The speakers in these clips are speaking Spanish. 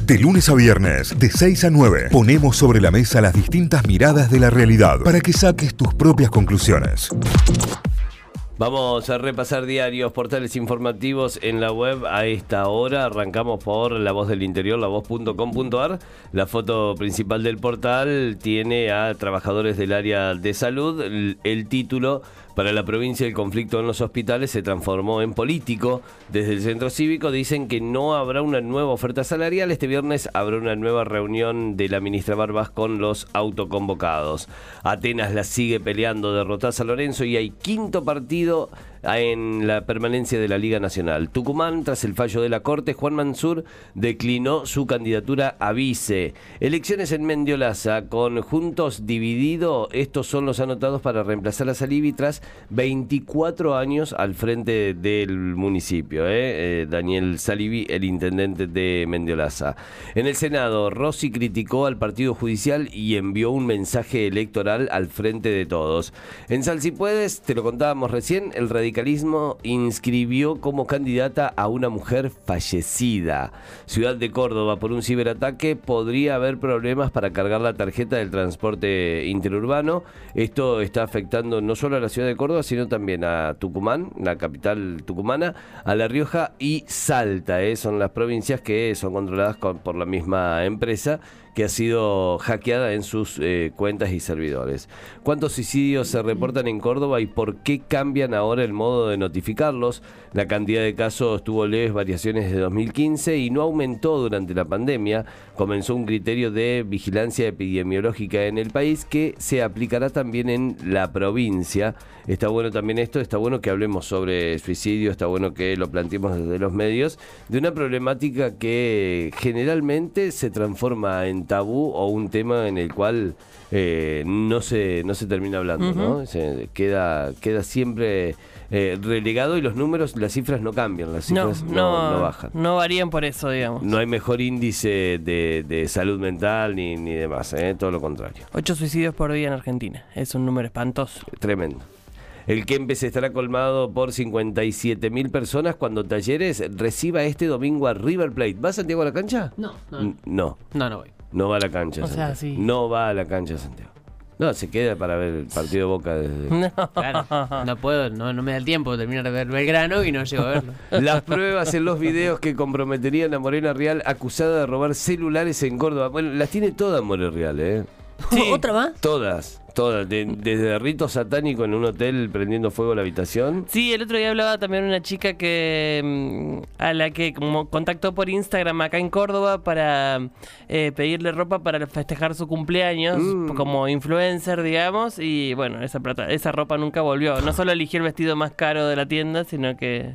De lunes a viernes, de 6 a 9, ponemos sobre la mesa las distintas miradas de la realidad para que saques tus propias conclusiones. Vamos a repasar diarios, portales informativos en la web a esta hora. Arrancamos por La Voz del Interior, lavoz.com.ar. La foto principal del portal tiene a trabajadores del área de salud. El título: para la provincia el conflicto en los hospitales se transformó en político. Desde el centro cívico dicen que no habrá una nueva oferta salarial. Este viernes habrá una nueva reunión de la ministra Barbas con los autoconvocados. Atenas la sigue peleando, derrotó a San Lorenzo y hay quinto partido en la permanencia de la Liga Nacional. Tucumán, tras el fallo de la Corte, Juan Mansur declinó su candidatura a vice. Elecciones en Mendiolaza, con Juntos dividido. Estos son los anotados para reemplazar a Salivi tras 24 años al frente del municipio. Daniel Salivi, el intendente de Mendiolaza. En el Senado, Rossi criticó al Partido Judicial y envió un mensaje electoral al frente de todos. En Sal Si Puedes, te lo contábamos recién, el radicalismo inscribió como candidata a una mujer fallecida. Ciudad de Córdoba, por un ciberataque podría haber problemas para cargar la tarjeta del transporte interurbano. Esto está afectando no solo a la ciudad de Córdoba, sino también a Tucumán, la capital tucumana, a La Rioja y Salta. Son las provincias que son controladas por la misma empresa, que ha sido hackeada en sus cuentas y servidores. ¿Cuántos suicidios se reportan en Córdoba y por qué cambian ahora el modo de notificarlos? La cantidad de casos tuvo leves variaciones desde 2015 y no aumentó durante la pandemia. Comenzó un criterio de vigilancia epidemiológica en el país que se aplicará también en la provincia. Está bueno también esto, está bueno que hablemos sobre suicidio, está bueno que lo planteemos desde los medios, de una problemática que generalmente se transforma en tabú o un tema en el cual no se termina hablando, ¿no? Se queda siempre relegado y los números, las cifras no cambian, las cifras no bajan. No varían por eso, digamos. No hay mejor índice de salud mental ni demás, todo lo contrario. 8 suicidios por día en Argentina, es un número espantoso. Tremendo. El Kempes estará colmado por 57.000 personas cuando Talleres reciba este domingo a River Plate. ¿Va Santiago a la cancha? No. No voy. No va a la cancha, Santiago. Sí. No va a la cancha, Santiago. No, se queda para ver el partido de Boca desde... No. Claro, no puedo, no me da el tiempo de terminar de ver Belgrano y no llego a verlo. Las pruebas en los videos que comprometerían a Morena Real, acusada de robar celulares en Córdoba. Bueno, las tiene todas Morena Real, ¿eh? Sí. ¿Otra más? Todas. Desde rito satánico en un hotel prendiendo fuego a la habitación. Sí, el otro día hablaba también una chica que a la que como contactó por Instagram acá en Córdoba para pedirle ropa para festejar su cumpleaños como influencer, digamos, y bueno, esa ropa nunca volvió. No solo eligió el vestido más caro de la tienda, sino que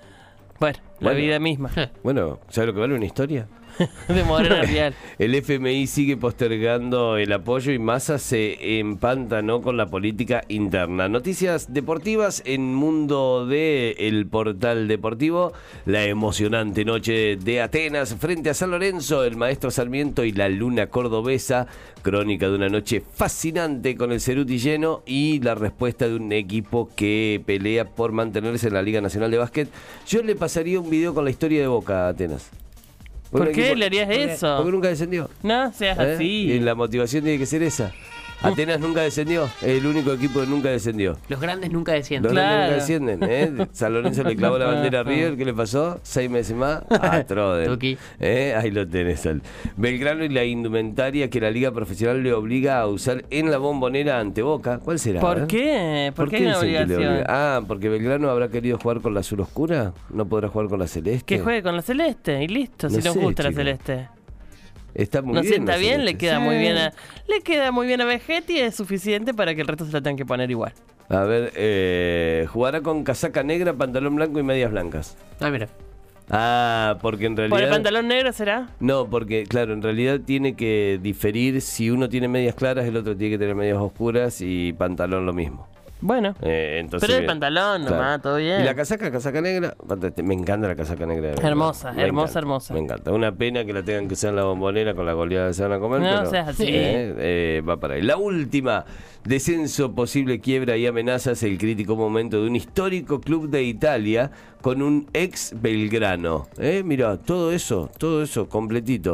la vida misma. Bueno, ¿sabes lo que vale una historia? De Morena Real. El FMI sigue postergando el apoyo y Massa se empantanó con la política interna. Noticias deportivas en Mundo de El Portal Deportivo. La emocionante noche de Atenas frente a San Lorenzo, el maestro Sarmiento y la luna cordobesa. Crónica de una noche fascinante con el Ceruti lleno y la respuesta de un equipo que pelea por mantenerse en la Liga Nacional de Básquet. Yo le pasaría un video con la historia de Boca a Atenas. ¿Por qué le harías eso? Porque nunca descendió. No seas así. Y la motivación tiene que ser esa. Atenas nunca descendió, es el único equipo que nunca descendió. Los grandes nunca descienden. Los grandes nunca descienden, San Lorenzo le clavó la bandera a River, ¿qué le pasó? 6 meses más, a Troden. Ahí lo tenés. Belgrano y la indumentaria que la Liga Profesional le obliga a usar en la Bombonera ante Boca. ¿Cuál será? ¿Por qué? ¿Por qué hay una obligación? Porque Belgrano habrá querido jugar con la azul oscura, no podrá jugar con la celeste. Que juegue con la celeste y listo, si nos gusta la celeste. Está muy ¿No bien. sienta bien? Le queda muy bien a Vegetti y es suficiente para que el resto se la tengan que poner igual. A ver, jugará con casaca negra, pantalón blanco y medias blancas. Mira. Porque en realidad... ¿Por el pantalón negro será? No, porque claro, en realidad tiene que diferir. Si uno tiene medias claras, el otro tiene que tener medias oscuras y pantalón lo mismo. Bueno, entonces, pero el pantalón nomás, todo bien. Y la casaca negra, me encanta la casaca negra. Hermosa. Me encanta. Una pena que la tengan que usar en la Bombonera con la goleada que se van a comer. No pero, seas así. Va para ahí. La última, descenso, posible quiebra y amenazas, el crítico momento de un histórico club de Italia con un ex Belgrano. Mirá, todo eso completito.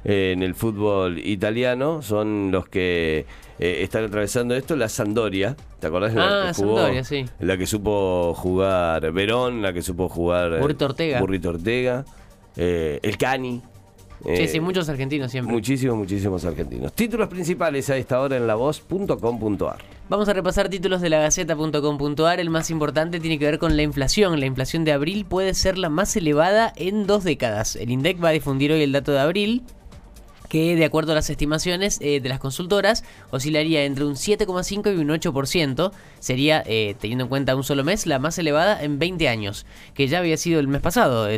en el fútbol italiano, son los que están atravesando esto. La Sampdoria, ¿te acordás? La que jugó, Sampdoria, sí. la que supo jugar Verón, la que supo jugar Burrito Ortega. El Cani. Sí, muchos argentinos siempre. Muchísimos argentinos. Títulos principales a esta hora en lavoz.com.ar. Vamos a repasar títulos de lagaceta.com.ar. El más importante tiene que ver con la inflación. La inflación de abril puede ser la más elevada en 2 décadas. El INDEC va a difundir hoy el dato de abril, que de acuerdo a las estimaciones de las consultoras oscilaría entre un 7,5 y un 8%. Sería, teniendo en cuenta un solo mes, la más elevada en 20 años, que ya había sido el mes pasado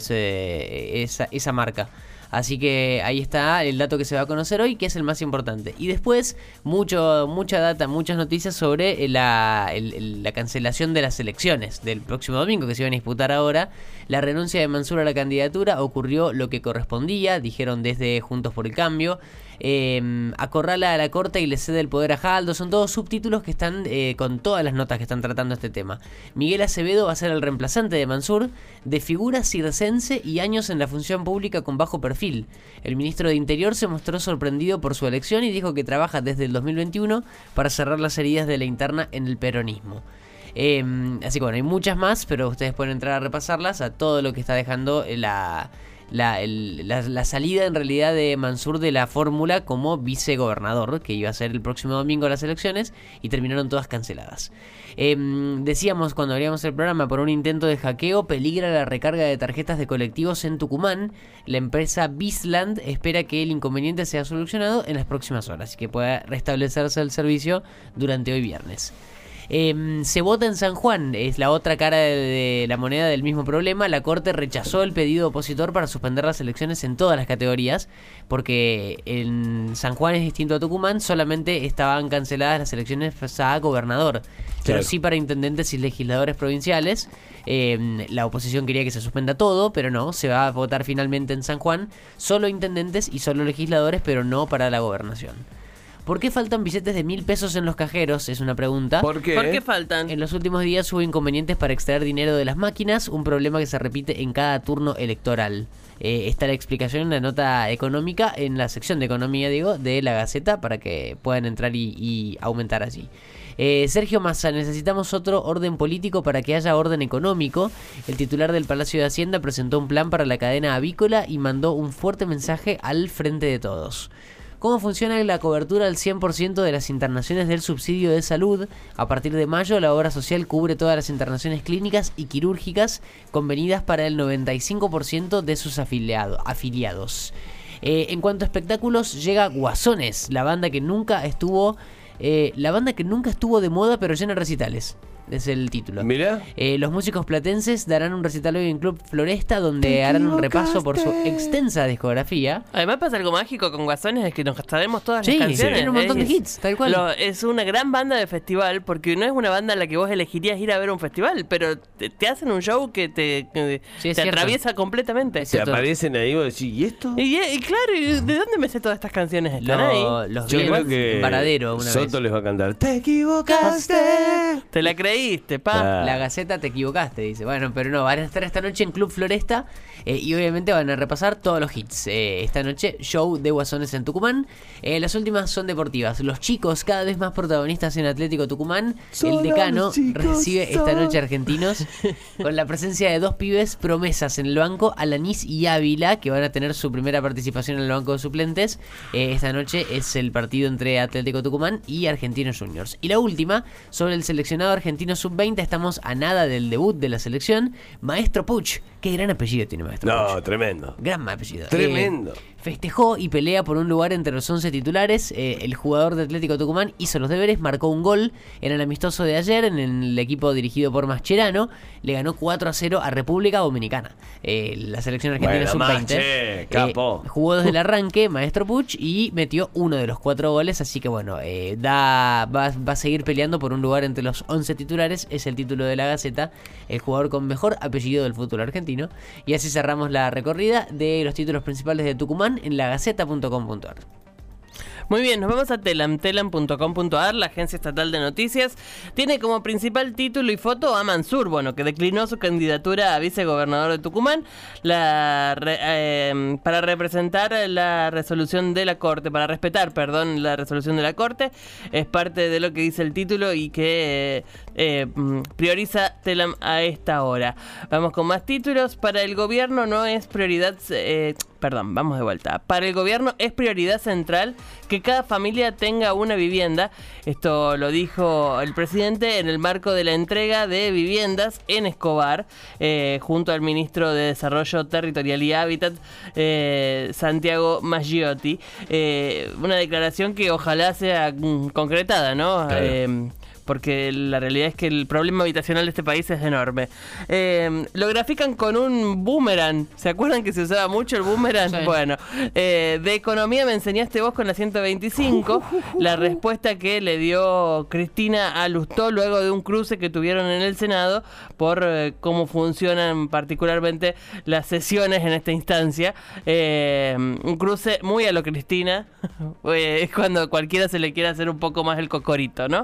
esa marca. Así que ahí está el dato que se va a conocer hoy, que es el más importante. Y después, mucha data, muchas noticias sobre la cancelación de las elecciones del próximo domingo, que se van a disputar ahora. La renuncia de Mansur a la candidatura, ocurrió lo que correspondía, dijeron desde Juntos por el Cambio. Acorrala a la corte y le cede el poder a Jaldo. Son todos subtítulos que están con todas las notas que están tratando este tema. Miguel Acevedo va a ser el reemplazante de Mansur, de figura circense y años en la función pública con bajo perfil. El ministro de Interior se mostró sorprendido por su elección y dijo que trabaja desde el 2021 para cerrar las heridas de la interna en el peronismo. Así que bueno, hay muchas más, pero ustedes pueden entrar a repasarlas, a todo lo que está dejando la salida en realidad de Mansur de la fórmula como vicegobernador, que iba a ser el próximo domingo las elecciones, y terminaron todas canceladas. Decíamos cuando abríamos el programa, por un intento de hackeo peligra la recarga de tarjetas de colectivos en Tucumán. La empresa Bisland espera que el inconveniente sea solucionado en las próximas horas y que pueda restablecerse el servicio durante hoy viernes. Se vota en San Juan, es la otra cara de la moneda del mismo problema. La Corte rechazó el pedido opositor para suspender las elecciones en todas las categorías, porque en San Juan es distinto a Tucumán, solamente estaban canceladas las elecciones a gobernador, pero sí para intendentes y legisladores provinciales. La oposición quería que se suspenda todo, pero no, se va a votar finalmente en San Juan, solo intendentes y solo legisladores, pero no para la gobernación. ¿Por qué faltan billetes de 1.000 pesos en los cajeros? Es una pregunta. ¿Por qué? ¿Por qué faltan? En los últimos días hubo inconvenientes para extraer dinero de las máquinas, un problema que se repite en cada turno electoral. Está la explicación en la nota económica, en la sección de economía, de la Gaceta, para que puedan entrar y aumentar allí. Sergio Massa, necesitamos otro orden político para que haya orden económico. El titular del Palacio de Hacienda presentó un plan para la cadena avícola y mandó un fuerte mensaje al Frente de Todos. ¿Cómo funciona la cobertura al 100% de las internaciones del subsidio de salud? A partir de mayo, la obra social cubre todas las internaciones clínicas y quirúrgicas convenidas para el 95% de sus afiliados. En cuanto a espectáculos, llega Guasones, la banda que nunca estuvo de moda pero llena de recitales. Es el título. Mirá. Los músicos platenses darán un recital hoy en Club Floresta, donde harán un repaso por su extensa discografía. Además pasa algo mágico con Guasones, es que nos sabemos todas las canciones. Sí, tiene un montón de hits, tal cual. Es una gran banda de festival, porque no es una banda a la que vos elegirías ir a ver un festival, pero te hacen un show que te atraviesa completamente. Se aparecen ahí y vos decís, ¿y esto? Y claro, ¿de dónde me sé todas estas canciones? ¿Están ahí? Yo creo que en Varadero una Soto vez les va a cantar, te equivocaste. Te la creíste, pa. La Gaceta, te equivocaste, dice. Bueno, pero no, van a estar esta noche en Club Floresta y obviamente van a repasar todos los hits. Esta noche, show de Guasones en Tucumán. Las últimas son deportivas. Los chicos, cada vez más protagonistas en Atlético Tucumán. El decano recibe esta noche Argentinos con la presencia de dos pibes promesas en el banco, Alanís y Ávila, que van a tener su primera participación en el banco de suplentes. Esta noche es el partido entre Atlético Tucumán y Argentinos Juniors. Y la última, sobre el seleccionado argentino sub-20, estamos a nada del debut de la selección. Maestro Puch, qué gran apellido tiene Maestro Puch. No, tremendo. Gran apellido. Tremendo. Festejó y pelea por un lugar entre los 11 titulares. El jugador de Atlético Tucumán hizo los deberes, marcó un gol en el amistoso de ayer en el equipo dirigido por Mascherano. Le ganó 4-0 a República Dominicana. La selección argentina sub-20. Capo. Jugó desde el arranque Maestro Puch y metió uno de los 4 goles. Así que bueno, va a seguir peleando por un lugar entre los 11 titulares. Es el título de la Gaceta. El jugador con mejor apellido del fútbol argentino. Y así cerramos la recorrida de los títulos principales de Tucumán en lagaceta.com.ar. Muy bien, nos vamos a telam.com.ar, la agencia estatal de noticias. Tiene como principal título y foto a Mansur, bueno, que declinó su candidatura a vicegobernador de Tucumán para representar la resolución de la Corte, para respetar, perdón, la resolución de la Corte. Es parte de lo que dice el título y que prioriza Telam a esta hora. Vamos con más títulos. Para el gobierno no es prioridad... vamos de vuelta. Para el gobierno es prioridad central que cada familia tenga una vivienda. Esto lo dijo el presidente en el marco de la entrega de viviendas en Escobar, junto al ministro de Desarrollo Territorial y Hábitat, Santiago Maggiotti. Una declaración que ojalá sea concretada, ¿no? Claro. Porque la realidad es que el problema habitacional de este país es enorme. Lo grafican con un boomerang. ¿Se acuerdan que se usaba mucho el boomerang? Sí. Bueno, de economía me enseñaste vos con la 125. La respuesta que le dio Cristina a Lustó luego de un cruce que tuvieron en el Senado por cómo funcionan particularmente las sesiones en esta instancia. Un cruce muy a lo Cristina. Es cuando cualquiera se le quiere hacer un poco más el cocorito, ¿no?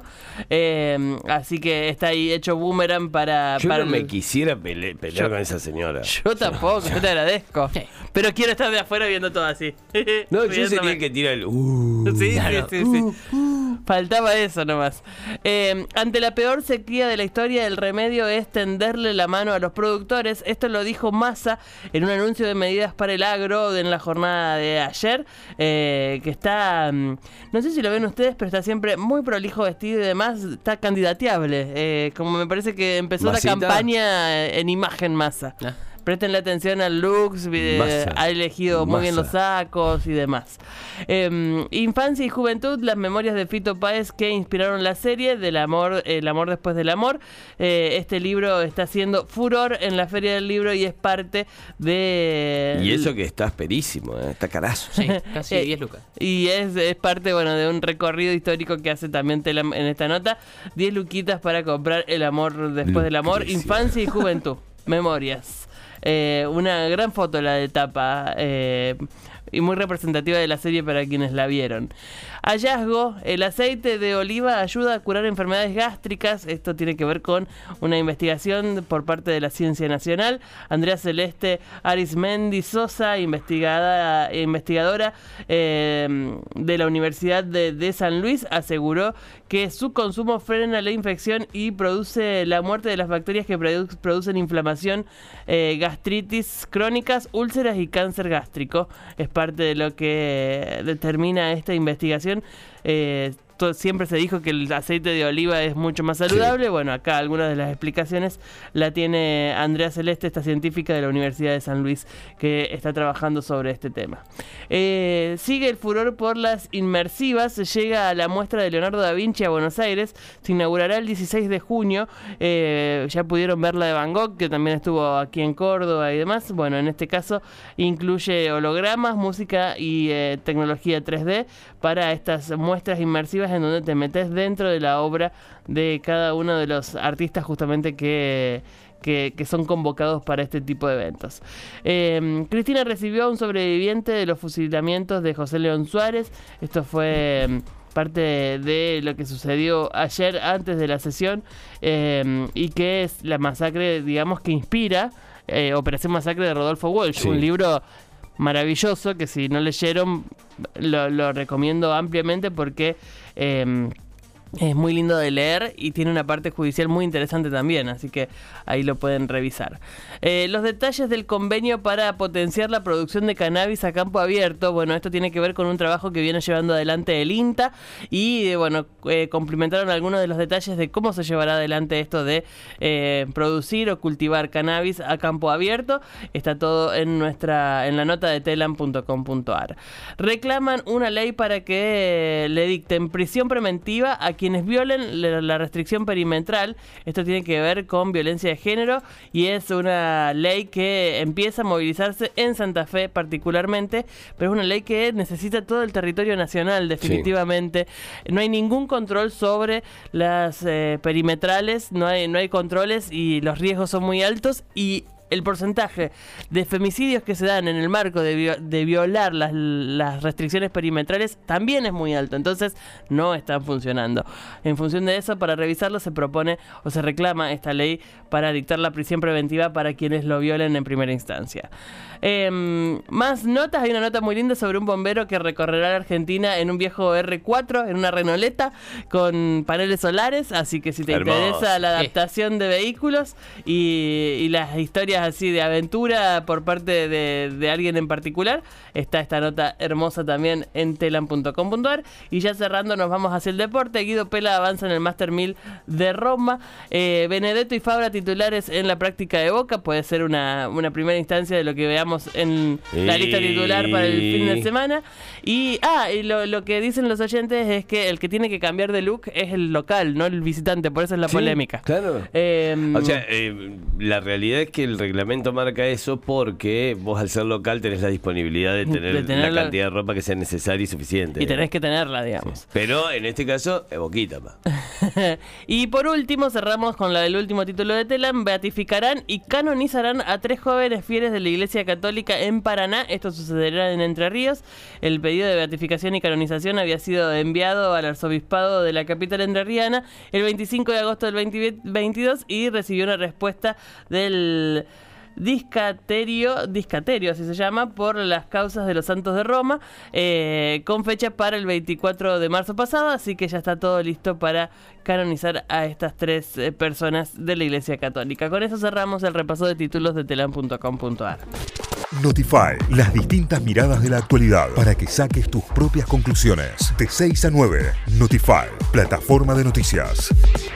Así que está ahí hecho boomerang para... Yo no me quisiera pelear con esa señora. Yo tampoco, yo te agradezco. Sí. Pero quiero estar de afuera viendo todo así. No, yo sería el que tira el... Sí, claro. sí. Faltaba eso nomás. Ante la peor sequía de la historia, el remedio es tenderle la mano a los productores. Esto lo dijo Massa en un anuncio de medidas para el agro en la jornada de ayer, que está... no sé si lo ven ustedes, pero está siempre muy prolijo vestido y demás. Está candidateable. Como me parece que empezó la campaña en imagen Massa. Prestenle atención al looks, ha elegido muy bien los sacos y demás. Infancia y juventud, las memorias de Fito Páez que inspiraron la serie del amor, el amor después del amor. Este libro está haciendo furor en la Feria del Libro y es parte de... Y eso que está asperísimo, está carazo. Sí, casi 10 lucas. Y es parte, bueno, de un recorrido histórico que hace también Telam en esta nota. 10 luquitas para comprar El amor después del amor, infancia y juventud. Memorias. Una gran foto la de tapa y muy representativa de la serie para quienes la vieron. Hallazgo, el aceite de oliva ayuda a curar enfermedades gástricas. Esto tiene que ver con una investigación por parte de la Ciencia Nacional. Andrea Celeste Arismendi Sosa, investigadora de la Universidad de San Luis, aseguró que su consumo frena la infección y produce la muerte de las bacterias que producen inflamación, gastritis crónicas, úlceras y cáncer gástrico. Es parte de lo que determina esta investigación. Siempre se dijo que el aceite de oliva es mucho más saludable. Sí. Bueno, acá algunas de las explicaciones la tiene Andrea Celeste, esta científica de la Universidad de San Luis, que está trabajando sobre este tema. Sigue el furor por las inmersivas. Llega a la muestra de Leonardo da Vinci a Buenos Aires. Se inaugurará el 16 de junio. Ya pudieron ver la de Van Gogh, que también estuvo aquí en Córdoba y demás. Bueno, en este caso incluye hologramas, música y tecnología 3D para estas muestras inmersivas en donde te metes dentro de la obra de cada uno de los artistas justamente que son convocados para este tipo de eventos. Cristina recibió a un sobreviviente de los fusilamientos de José León Suárez. Esto fue parte de lo que sucedió ayer antes de la sesión, y que es la masacre, digamos, que inspira Operación Masacre de Rodolfo Walsh, sí. Un libro maravilloso que si no leyeron lo recomiendo ampliamente porque es muy lindo de leer y tiene una parte judicial muy interesante también, así que ahí lo pueden revisar. Los detalles del convenio para potenciar la producción de cannabis a campo abierto. Bueno, esto tiene que ver con un trabajo que viene llevando adelante el INTA y complementaron algunos de los detalles de cómo se llevará adelante esto de producir o cultivar cannabis a campo abierto. Está todo en la nota de telam.com.ar. Reclaman una ley para que le dicten prisión preventiva a quienes violen la restricción perimetral. Esto tiene que ver con violencia de género y es una ley que empieza a movilizarse en Santa Fe particularmente, pero es una ley que necesita todo el territorio nacional definitivamente. Sí. No hay ningún control sobre las perimetrales, no hay controles y los riesgos son muy altos y el porcentaje de femicidios que se dan en el marco de violar las restricciones perimetrales también es muy alto, entonces no están funcionando. En función de eso, para revisarlo se propone o se reclama esta ley para dictar la prisión preventiva para quienes lo violen en primera instancia. Más notas, hay una nota muy linda sobre un bombero que recorrerá la Argentina en un viejo R4, en una Renoleta con paneles solares, así que si te interesa la adaptación de vehículos y las historias así de aventura por parte de alguien en particular, está esta nota hermosa también en telam.com.ar. Y ya cerrando nos vamos hacia el deporte. Guido Pela avanza en el Master 1000 de Roma. Benedetto y Fabra titulares en la práctica de Boca, puede ser una primera instancia de lo que veamos en la lista titular para el fin de semana. Y lo que dicen los oyentes es que el que tiene que cambiar de look es el local, no el visitante, por eso es la polémica. Claro. O sea, la realidad es que el reglamento marca eso porque vos al ser local tenés la disponibilidad de tener la cantidad de ropa que sea necesaria y suficiente. Y tenés que tenerla, digamos. Sí. Pero en este caso, Boquita más. Y por último, cerramos con la del último título de Telam. Beatificarán y canonizarán a 3 jóvenes fieles de la Iglesia Católica en Paraná. Esto sucederá en Entre Ríos. El pedido de beatificación y canonización había sido enviado al arzobispado de la capital entrerriana el 25 de agosto del 2022 y recibió una respuesta del Discaterio, así se llama, por las causas de los santos de Roma, con fecha para el 24 de marzo pasado, así que ya está todo listo para canonizar a estas 3 personas de la Iglesia Católica. Con eso cerramos el repaso de títulos de telam.com.ar. Notify, las distintas miradas de la actualidad para que saques tus propias conclusiones. De 6 a 9, Notify, plataforma de noticias.